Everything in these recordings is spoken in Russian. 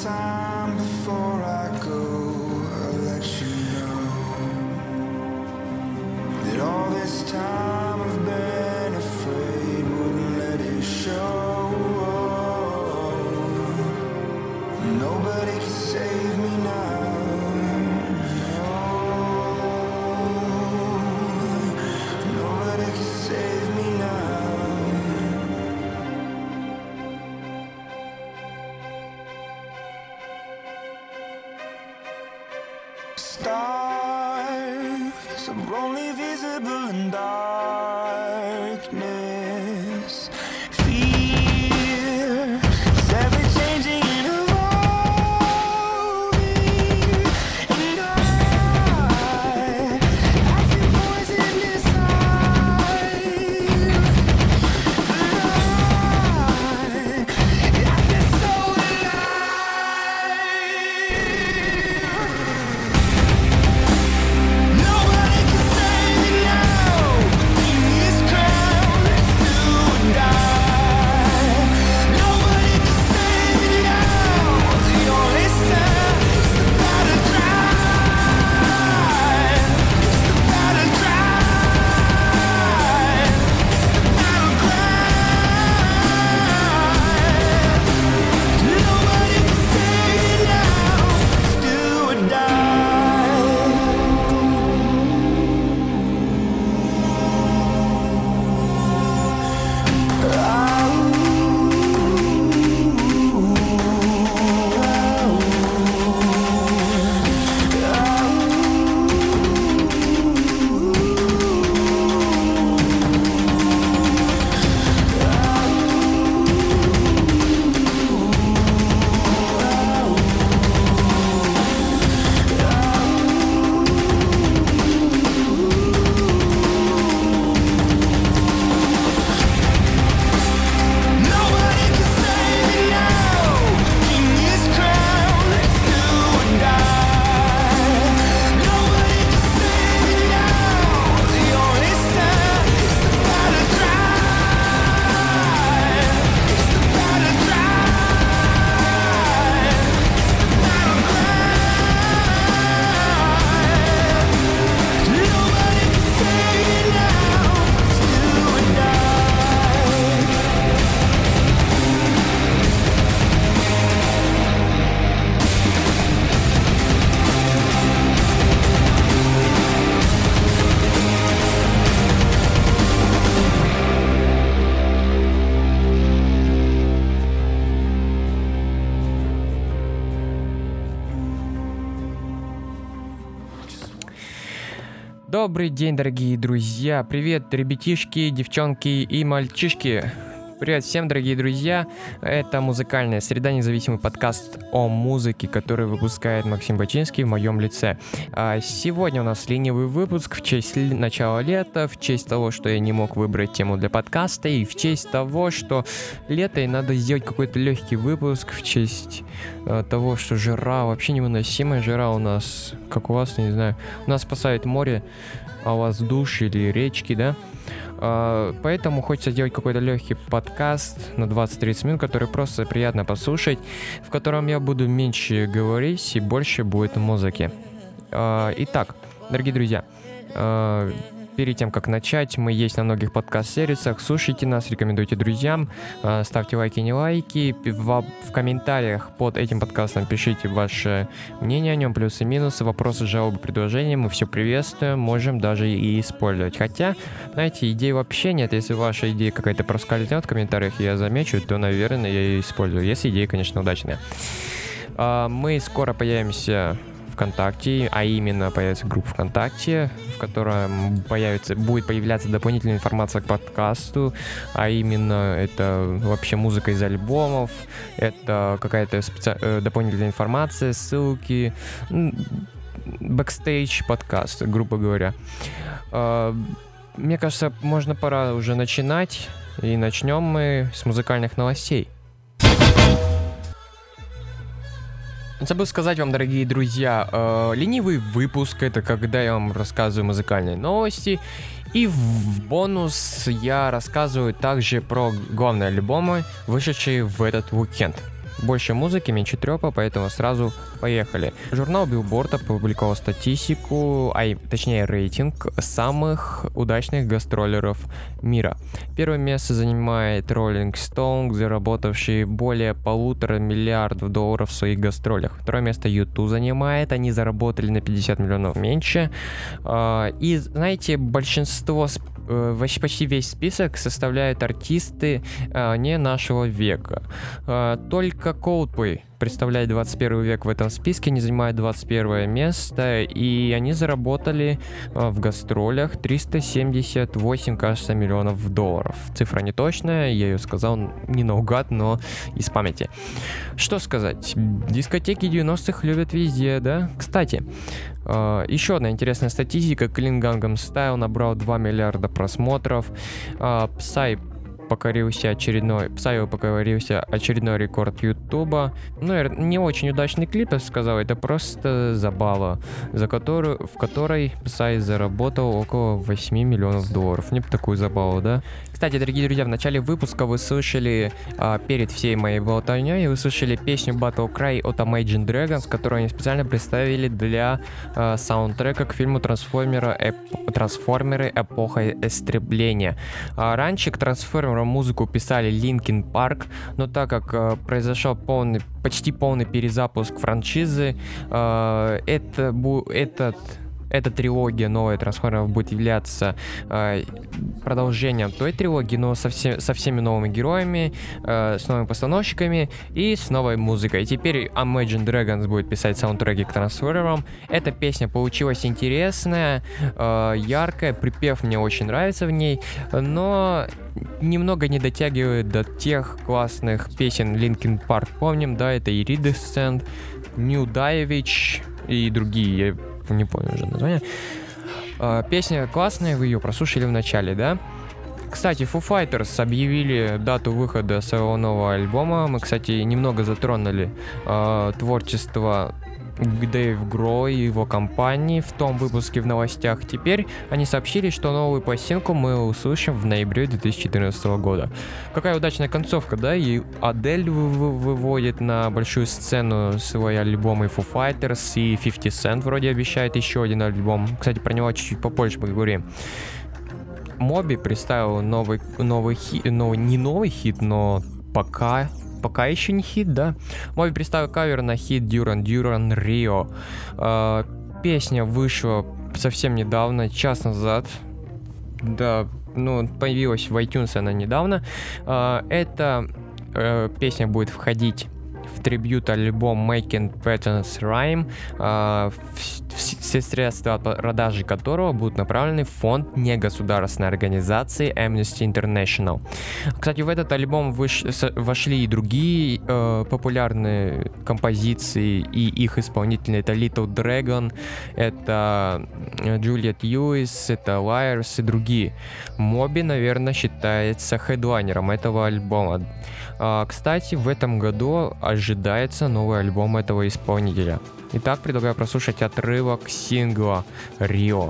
time before I go, I'll let you know that all this time I've been afraid, wouldn't let it show. Nobody can save me now. Nobody can save me now. Stars are only visible in darkness. Fear is ever changing and evolving, and I feel poison inside. I feel so alive. Nobody can save me now. In this crowd, let's do or die. Nobody can save me now. The only sound is the battle cry. It's the battle cry. It's the battle cry. Nobody can save me now. Let's do or Nobody can save me now. In this crowd, let's do or die. Nobody can save me now. The only sound is the battle cry. It's the battle cry. It's the battle cry. Nobody can save me now. Let's do or die. Добрый день, дорогие друзья! Привет, ребятишки, девчонки и мальчишки! Привет всем, дорогие друзья! Это музыкальная среда, независимый подкаст о музыке, который выпускает Максим Бачинский в моем лице. Сегодня у нас ленивый выпуск в честь начала лета, в честь того, что я не мог выбрать тему для подкаста, и в честь того, что лето и надо сделать какой-то легкий выпуск, в честь того, что жара, вообще невыносимая жара у нас, как у вас, не знаю. У нас спасает море, а у вас душ или речки, да? Поэтому хочется сделать какой-то легкий подкаст на 20-30 минут, который просто приятно послушать, в котором я буду меньше говорить и больше будет музыки. Итак, дорогие друзья, перед тем, как начать, мы есть на многих подкаст-сервисах. Слушайте нас, рекомендуйте друзьям, ставьте лайки, не лайки. В комментариях под этим подкастом пишите ваше мнение о нем, плюсы и минусы, вопросы, жалобы, предложения. Мы все приветствуем, можем даже и использовать. Хотя, знаете, идей вообще нет. Если ваша идея какая-то проскользнет в комментариях, я замечу, то, наверное, я ее использую. Если идея, конечно, удачная. Мы скоро появимся ВКонтакте, а именно появится группа ВКонтакте, в которой будет появляться дополнительная информация к подкасту, а именно это вообще музыка из альбомов, это какая-то дополнительная информация, ссылки, бэкстейдж подкаст, грубо говоря. Мне кажется, пора уже начинать, и начнем мы с музыкальных новостей. Забыл сказать вам, дорогие друзья, ленивый выпуск — это когда я вам рассказываю музыкальные новости, и в бонус я рассказываю также про главные альбомы, вышедшие в этот уикенд. Больше музыки, меньше трёпа, поэтому сразу поехали. Журнал Billboard опубликовал статистику, точнее рейтинг самых удачных гастролеров мира. Первое место занимает Rolling Stone, заработавший более $1,5 миллиарда в своих гастролях. Второе место U2 занимает, они заработали на 50 миллионов меньше. И знаете, большинство, почти весь список составляют артисты не нашего века. Только Coldplay представляет 21 век в этом списке, они занимают 21 место, и они заработали в гастролях 378, кажется, миллионов долларов. Цифра не точная, я ее сказал не наугад, но из памяти. Что сказать? Дискотеки 90-х любят везде, да? Кстати, еще одна интересная статистика. Clean Gangnam Style набрал 2 миллиарда просмотров. Psy покорился очередной рекорд Ютуба. Не очень удачный клип, я бы сказал, это просто забава, в которой Psy заработал около 8 миллионов долларов. Мне бы такую забаву, да? Кстати, дорогие друзья, в начале выпуска вы слышали, перед всей моей болтовней, вы слышали песню Battle Cry от Imagine Dragons, которую они специально представили для саундтрека к фильму «Трансформеры. Эпоха истребления». Раньше к «Трансформерам» музыку писали Linkin Park, но так как произошел почти полный перезапуск франшизы, эта трилогия новая Трансформеров будет являться продолжением той трилогии, но со всеми новыми героями, с новыми постановщиками и с новой музыкой. И теперь Imagine Dragons будет писать саундтреки к Трансформерам. Эта песня получилась интересная, яркая, припев мне очень нравится в ней, но немного не дотягивает до тех классных песен Linkin Park. Помним, да, это Iridescent, New Dievich и другие, я не помню уже название. Песня классная, вы ее прослушали в начале, да? Кстати, Foo Fighters объявили дату выхода своего нового альбома. Мы, кстати, немного затронули творчество Дэйв Гроу и его компании в том выпуске в новостях. Теперь они сообщили, что новую пластинку мы услышим в ноябре 2014 года. Какая удачная концовка, да? И Адель выводит на большую сцену свой альбом, и Foo Fighters, и 50 Cent вроде обещает еще один альбом. Кстати, про него чуть-чуть попозже поговорим. Моби представил новый хит, не новый хит, но пока еще не хит, да? Моби представил кавер на хит Duran Duran Rio. Песня вышла совсем недавно, час назад. Да, появилась в iTunes она недавно. Эта песня будет входить в трибьют-альбом Making Patterns Rhyme, все средства от продажи которого будут направлены в фонд негосударственной организации Amnesty International. Кстати, в этот альбом вошли и другие популярные композиции, и их исполнители. Это Little Dragon, это Juliette Lewis, это Liars и другие. Моби, наверное, считается хедлайнером этого альбома. Кстати, в этом году ожидается новый альбом этого исполнителя. Итак, предлагаю прослушать отрывок сингла «Рио».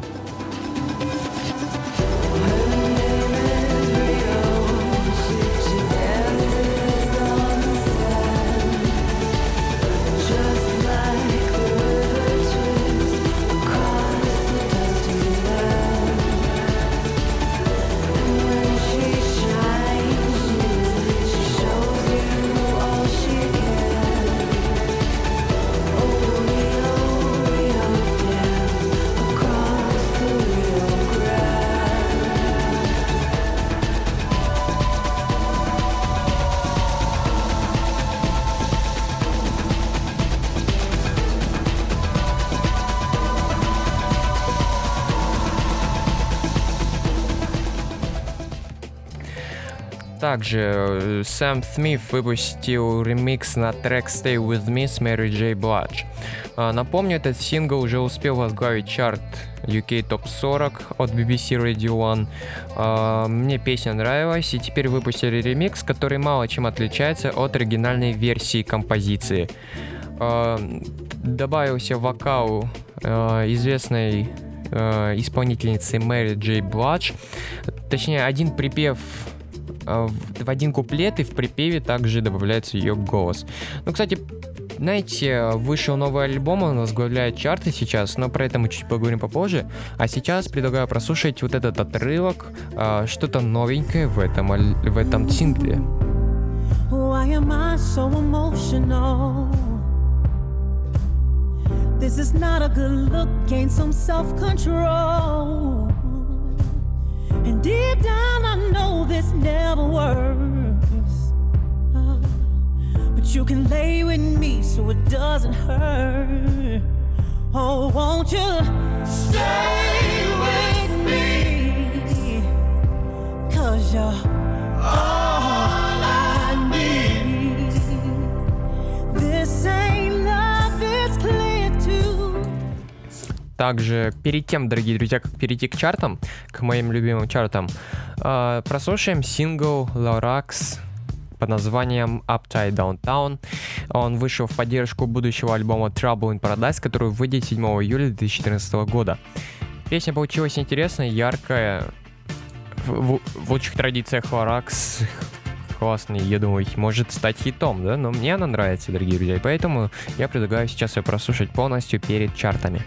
Также Сэм Смит выпустил ремикс на трек Stay With Me с Mary J. Blige. Напомню, этот сингл уже успел возглавить чарт UK Top 40 от BBC Radio 1. Мне песня нравилась, и теперь выпустили ремикс, который мало чем отличается от оригинальной версии композиции. Добавился вокал известной исполнительницы Mary J. Blige. Точнее, один припев в один куплет и в припеве также добавляется ее голос. Ну, кстати, знаете, вышел новый альбом, он возглавляет чарты сейчас, но про это мы чуть поговорим попозже. А сейчас предлагаю прослушать вот этот отрывок, что-то новенькое в этом сингле. Why am I so emotional? This is not a good look, gain some self-control. And deep down I know this never works. But you can lay with me so it doesn't hurt. Oh, won't you stay with me? 'Cause you're all I need. This ain't love, it's clear too. Также перед тем, дорогие друзья, как перейти к чартам, к моим любимым чартам, прослушаем сингл Lorax под названием Upside Downtown. Он вышел в поддержку будущего альбома Trouble in Paradise, который выйдет 7 июля 2014 года. Песня получилась интересная, яркая, в лучших традициях Lorax. Классный, я думаю, может стать хитом, да? Но мне она нравится, дорогие друзья, и поэтому я предлагаю сейчас ее прослушать полностью перед чартами.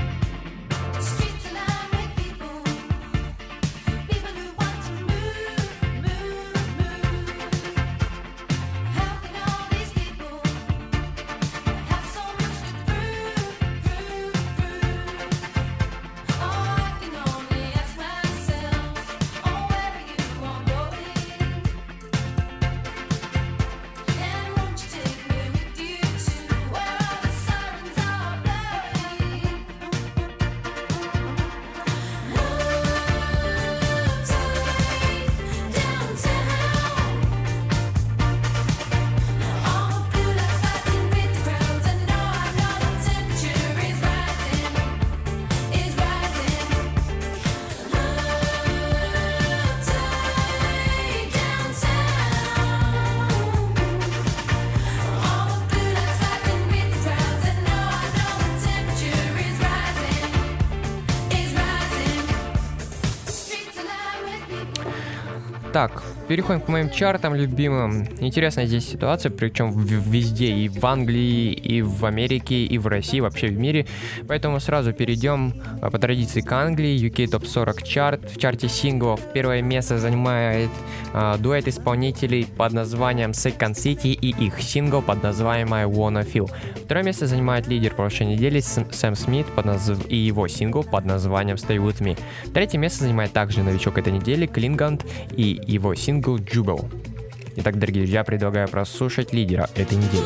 Так, переходим к моим чартам любимым. Интересная здесь ситуация, причем везде, и в Англии, и в Америке, и в России, вообще в мире. Поэтому сразу перейдем по традиции к Англии. UK Top 40 чарт. В чарте синглов первое место занимает дуэт исполнителей под названием Second City и их сингл под названием I Wanna Feel. Второе место занимает лидер прошлой недели Сэм Смит и его сингл под названием Stay With Me. Третье место занимает также новичок этой недели Клингант и его сингл Jubel. Итак, дорогие друзья, предлагаю прослушать лидера этой недели.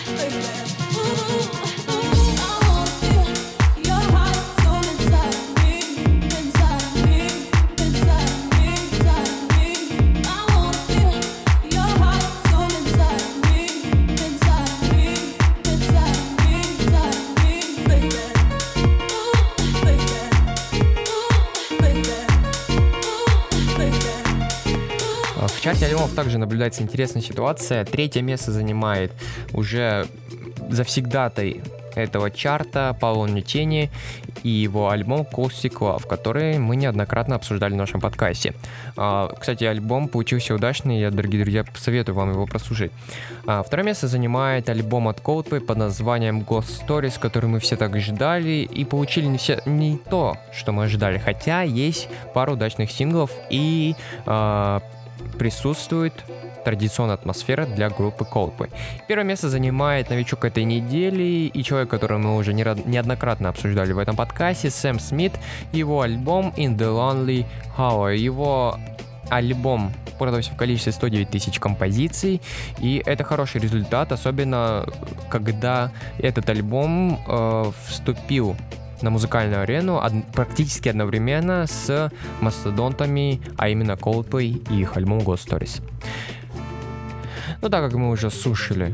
В чарте альбомов также наблюдается интересная ситуация. Третье место занимает уже завсегдатай этого чарта Пауло Нутини и его альбом Caustic Love, который мы неоднократно обсуждали в нашем подкасте. Кстати, альбом получился удачный, я, дорогие друзья, советую вам его прослушать. Второе место занимает альбом от Coldplay под названием Ghost Stories, который мы все так ждали и получили не то, что мы ожидали, хотя есть пару удачных синглов и присутствует традиционная атмосфера для группы Coldplay. Первое место занимает новичок этой недели и человек, которого мы уже неоднократно обсуждали в этом подкасте, Сэм Смит, его альбом In the Lonely Hour. Его альбом продался в количестве 109 тысяч композиций, и это хороший результат, особенно когда этот альбом вступил на музыкальную арену практически одновременно с мастодонтами, а именно Coldplay и их альбом Ghost Stories. Ну, так как мы уже слушали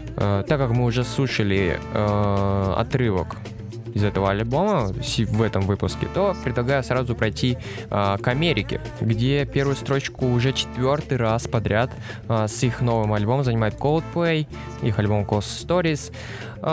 отрывок из этого альбома в этом выпуске, то предлагаю сразу пройти к Америке, где первую строчку уже 4-й раз подряд с их новым альбомом занимает Coldplay, их альбом Ghost Stories.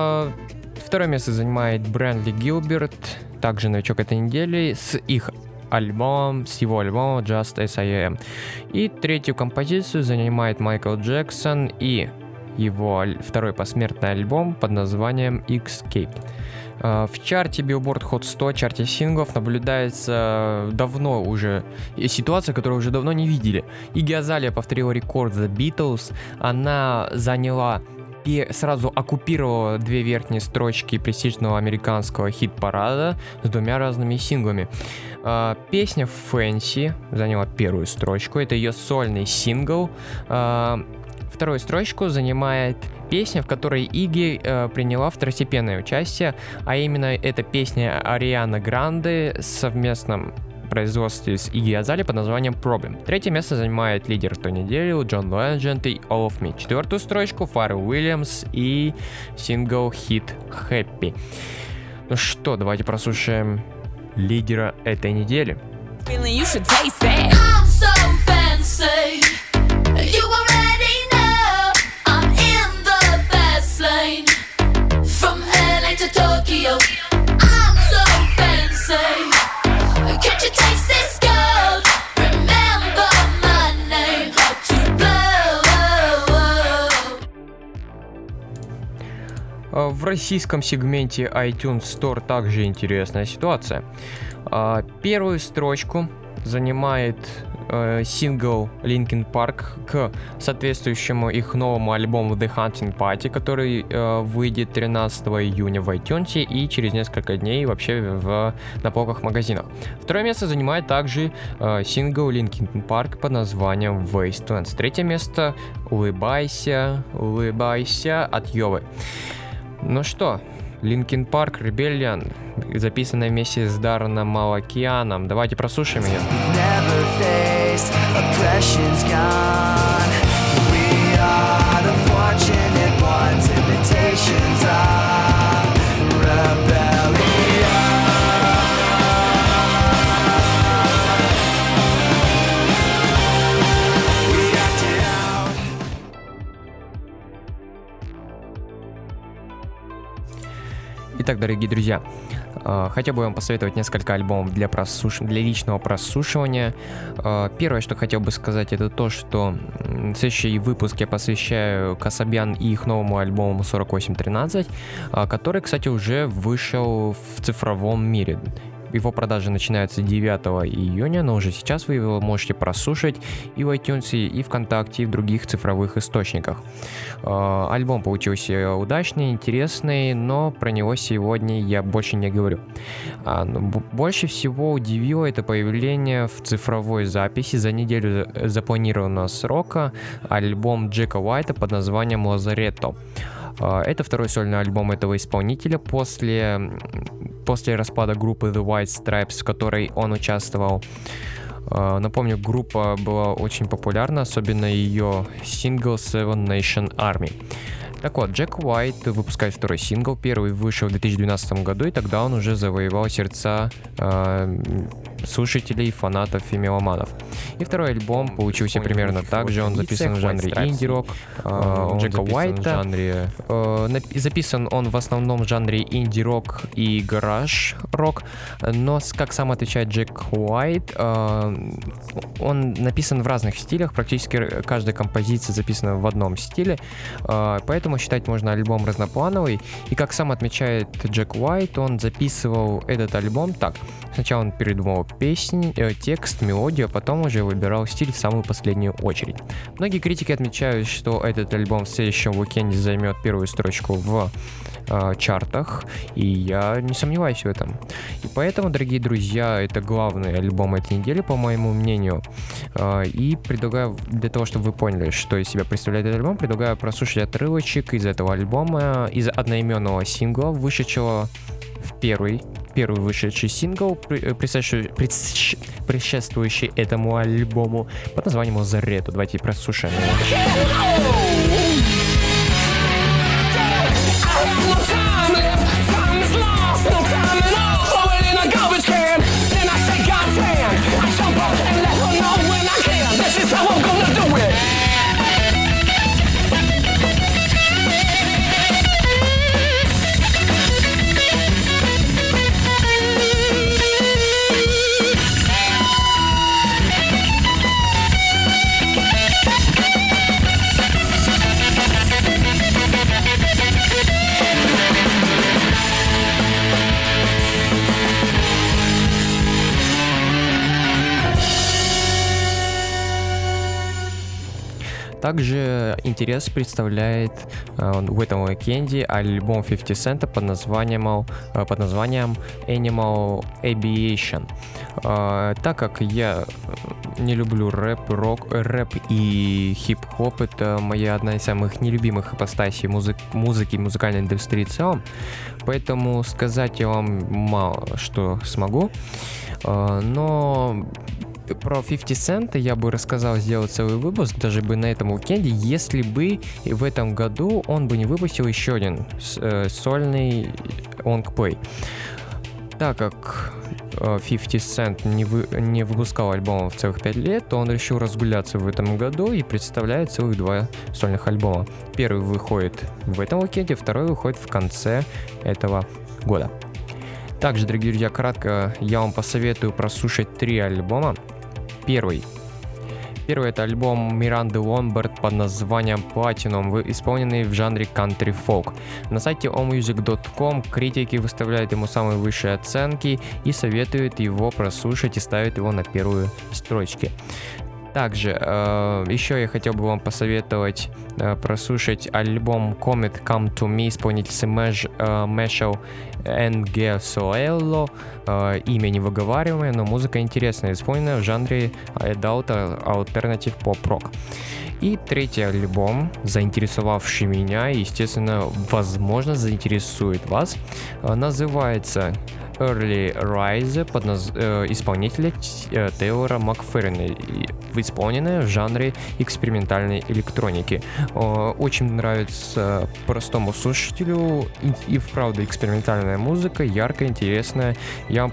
Второе место занимает Брэдли Гилберт, также новичок этой недели, с их альбом, с его альбома Just As I Am. И третью композицию занимает Майкл Джексон и его второй посмертный альбом под названием Escape. В чарте Billboard Hot 100, чарте синглов, наблюдается давно уже ситуация, которую уже давно не видели. Игги Азалия повторила рекорд The Beatles. Она заняла сразу оккупировала две верхние строчки престижного американского хит-парада с двумя разными синглами. Песня Fancy заняла первую строчку, это ее сольный сингл. Вторую строчку занимает песня, в которой Игги приняла второстепенное участие, а именно это песня Арианы Гранде в совместном производстве с Игги Азалией под названием Problem. Третье место занимает лидер в той неделе Джон Legend и All of Me. Четвертую строчку Фаррелл Уильямс и сингл-хит Happy. Ну что, давайте прослушаем лидера этой недели. You should taste that. I'm so fancy. You already know I'm in the fast lane. From LA to Tokyo. I'm so fancy. Can't you taste this gold? Remember my name. How to blow. В российском сегменте iTunes Store также интересная ситуация. Первую строчку занимает сингл Linkin Park к соответствующему их новому альбому The Hunting Party, который выйдет 13 июня в iTunes и через несколько дней вообще на полках магазинах. Второе место занимает также сингл Linkin Park под названием Wastelands. Третье место Улыбайся, улыбайся от Йовы. Ну что, Linkin Park Rebellion, записанная вместе с Дарреном Малакианом. Давайте прослушаем ее. Never faced, oppression's gone. We are the fortunate ones, imitations of rebellion. We acted out. Итак, дорогие друзья, хотел бы вам посоветовать несколько альбомов для личного прослушивания. Первое, что хотел бы сказать, это то, что следующий выпуск я посвящаю Касабян и их новому альбому 4813, который, кстати, уже вышел в цифровом мире. Его продажи начинаются 9 июня, но уже сейчас вы его можете прослушать и в iTunes, и ВКонтакте, и в других цифровых источниках. Альбом получился удачный, интересный, но про него сегодня я больше не говорю. Больше всего удивило это появление в цифровой записи за неделю запланированного срока альбом Джека Уайта под названием «Лазаретто». Это второй сольный альбом этого исполнителя после распада группы The White Stripes, в которой он участвовал. Напомню, группа была очень популярна, особенно ее сингл Seven Nation Army. Так вот, Джек Уайт выпускает второй сингл, первый вышел в 2012 году, и тогда он уже завоевал сердца слушателей, фанатов и меломанов. И второй альбом получился примерно так же, он записан в жанре инди-рок, Джека Уайта. Записан он в основном в жанре инди-рок и гараж-рок, но, как сам отвечает Джек Уайт, он написан в разных стилях, практически каждая композиция записана в одном стиле, поэтому считать можно альбом разноплановый. И как сам отмечает Джек Уайт, он записывал этот альбом так. Сначала он передумал песни, текст, мелодию, а потом уже выбирал стиль в самую последнюю очередь. Многие критики отмечают, что этот альбом в следующем уикенде займет первую строчку в чартах, и я не сомневаюсь в этом. И поэтому, дорогие друзья, это главный альбом этой недели, по моему мнению. И предлагаю, для того, чтобы вы поняли, что из себя представляет этот альбом, предлагаю прослушать отрывочек из этого альбома, из одноименного сингла, вышедшего в первый вышедший сингл, предшествующий этому альбому, под названием «Лазаретто». Давайте прослушаем его. Также интерес представляет в этом уикенде альбом 50 Cent под названием Animal Aviation. Так как я не люблю рэп и хип-хоп, это моя одна из самых нелюбимых ипостасей музыки и музыкальной индустрии в целом, поэтому сказать я вам мало что смогу, но про 50 Cent я бы рассказал, сделать целый выпуск даже бы на этом уикенде, если бы в этом году он бы не выпустил еще один сольный лонгплей. Так как 50 Cent не выпускал альбомов целых 5 лет, то он решил разгуляться в этом году и представляет целых 2 сольных альбома. Первый выходит в этом уикенде, второй выходит в конце этого года. Также, дорогие друзья, кратко я вам посоветую прослушать 3 альбома. Первый это альбом Миранды Ломбард под названием Platinum, исполненный в жанре country-folk. На сайте allmusic.com критики выставляют ему самые высшие оценки и советуют его прослушать и ставят его на первые строчки. Также еще я хотел бы вам посоветовать прослушать альбом Comet Come To Me исполнительницы Мэшел Энгесуэлло. Имя невыговариваемое, но музыка интересная, исполненная в жанре Adult Alternative Pop Rock. И третий альбом, заинтересовавший меня и, естественно, возможно, заинтересует вас, называется Early Rise под исполнителя Тейлора Макферрина, исполненная в жанре экспериментальной электроники. Очень нравится простому слушателю и вправду экспериментальная музыка, яркая, интересная. Я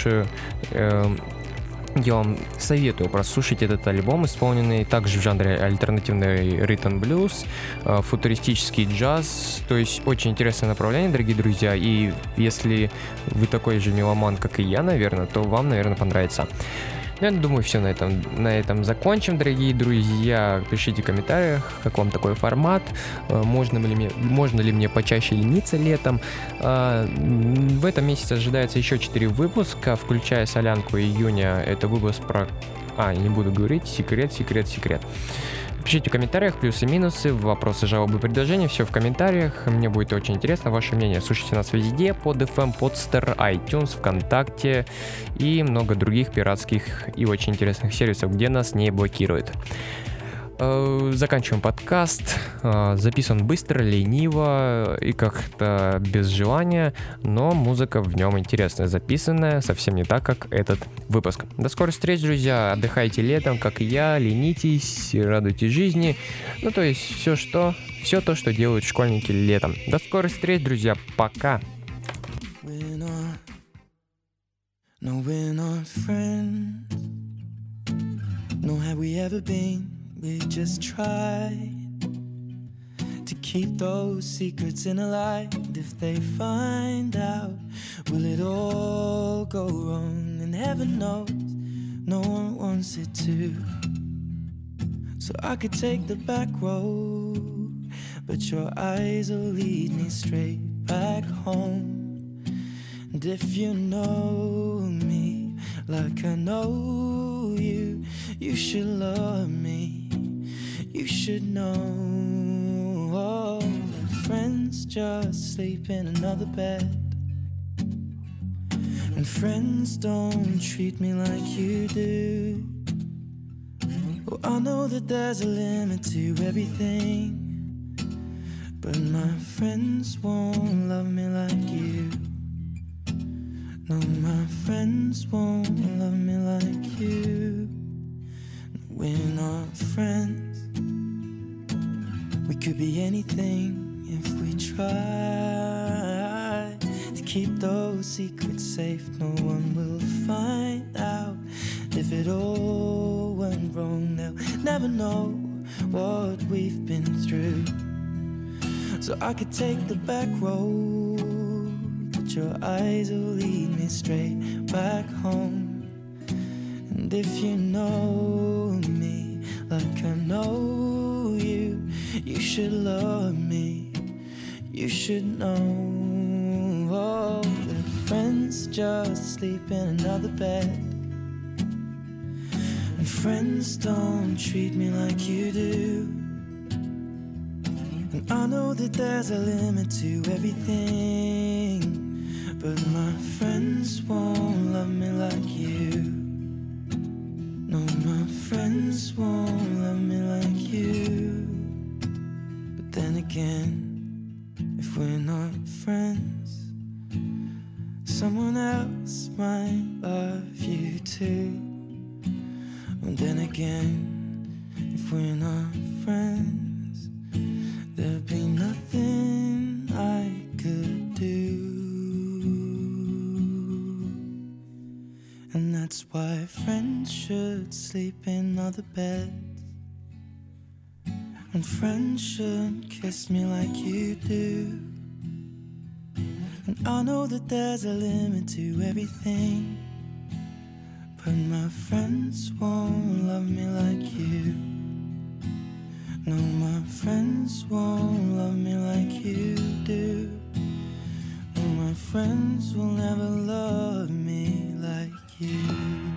вам советую прослушать этот альбом, исполненный также в жанре альтернативный ритм блюз, футуристический джаз, то есть очень интересное направление, дорогие друзья, и если вы такой же меломан, как и я, наверное, то вам, наверное, понравится. Я думаю, все на этом закончим, дорогие друзья. Пишите в комментариях, как вам такой формат, можно ли мне почаще лениться летом. В этом месяце ожидается еще 4 выпуска, включая солянку июня. Это выпуск про... я не буду говорить, секрет. Пишите в комментариях плюсы и минусы, вопросы, жалобы, предложения, все в комментариях. Мне будет очень интересно ваше мнение. Слушайте нас везде, под FM, Podster, iTunes, ВКонтакте и много других пиратских и очень интересных сервисов, где нас не блокируют. Заканчиваем подкаст. Записан быстро, лениво и как-то без желания, но музыка в нем интересная, записанная совсем не так, как этот выпуск. До скорых встреч, друзья. Отдыхайте летом, как и я, ленитесь, радуйтесь жизни. Ну, то есть все то, что делают школьники летом. До скорых встреч, друзья. Пока. We just tried to keep those secrets in a light. If they find out, will it all go wrong? And heaven knows, no one wants it to. So I could take the back road, but your eyes will lead me straight back home. And if you know me like I know you, you should love me. You should know all the friends just sleep in another bed. And friends don't treat me like you do. Oh, I know that there's a limit to everything, but my friends won't love me like you. No, my friends won't love me like you. We're not friends. We could be anything if we try to keep those secrets safe. No one will find out. If it all went wrong, they'll never know what we've been through. So I could take the back road, but your eyes will lead me straight back home. And if you know me like I know you, you should love me. You should know all the friends just sleep in another bed. And friends don't treat me like you do. And I know that there's a limit to everything, but my friends won't love me like you. No, my friends won't love me like you. But then again, if we're not friends, someone else might love you too. And then again, if we're not friends, there'd be nothing I could do. And that's why friends should sleep in other beds, and friends shouldn't kiss me like you do. And I know that there's a limit to everything, but my friends won't love me like you. No, my friends won't love me like you do. No, my friends will never love me like you.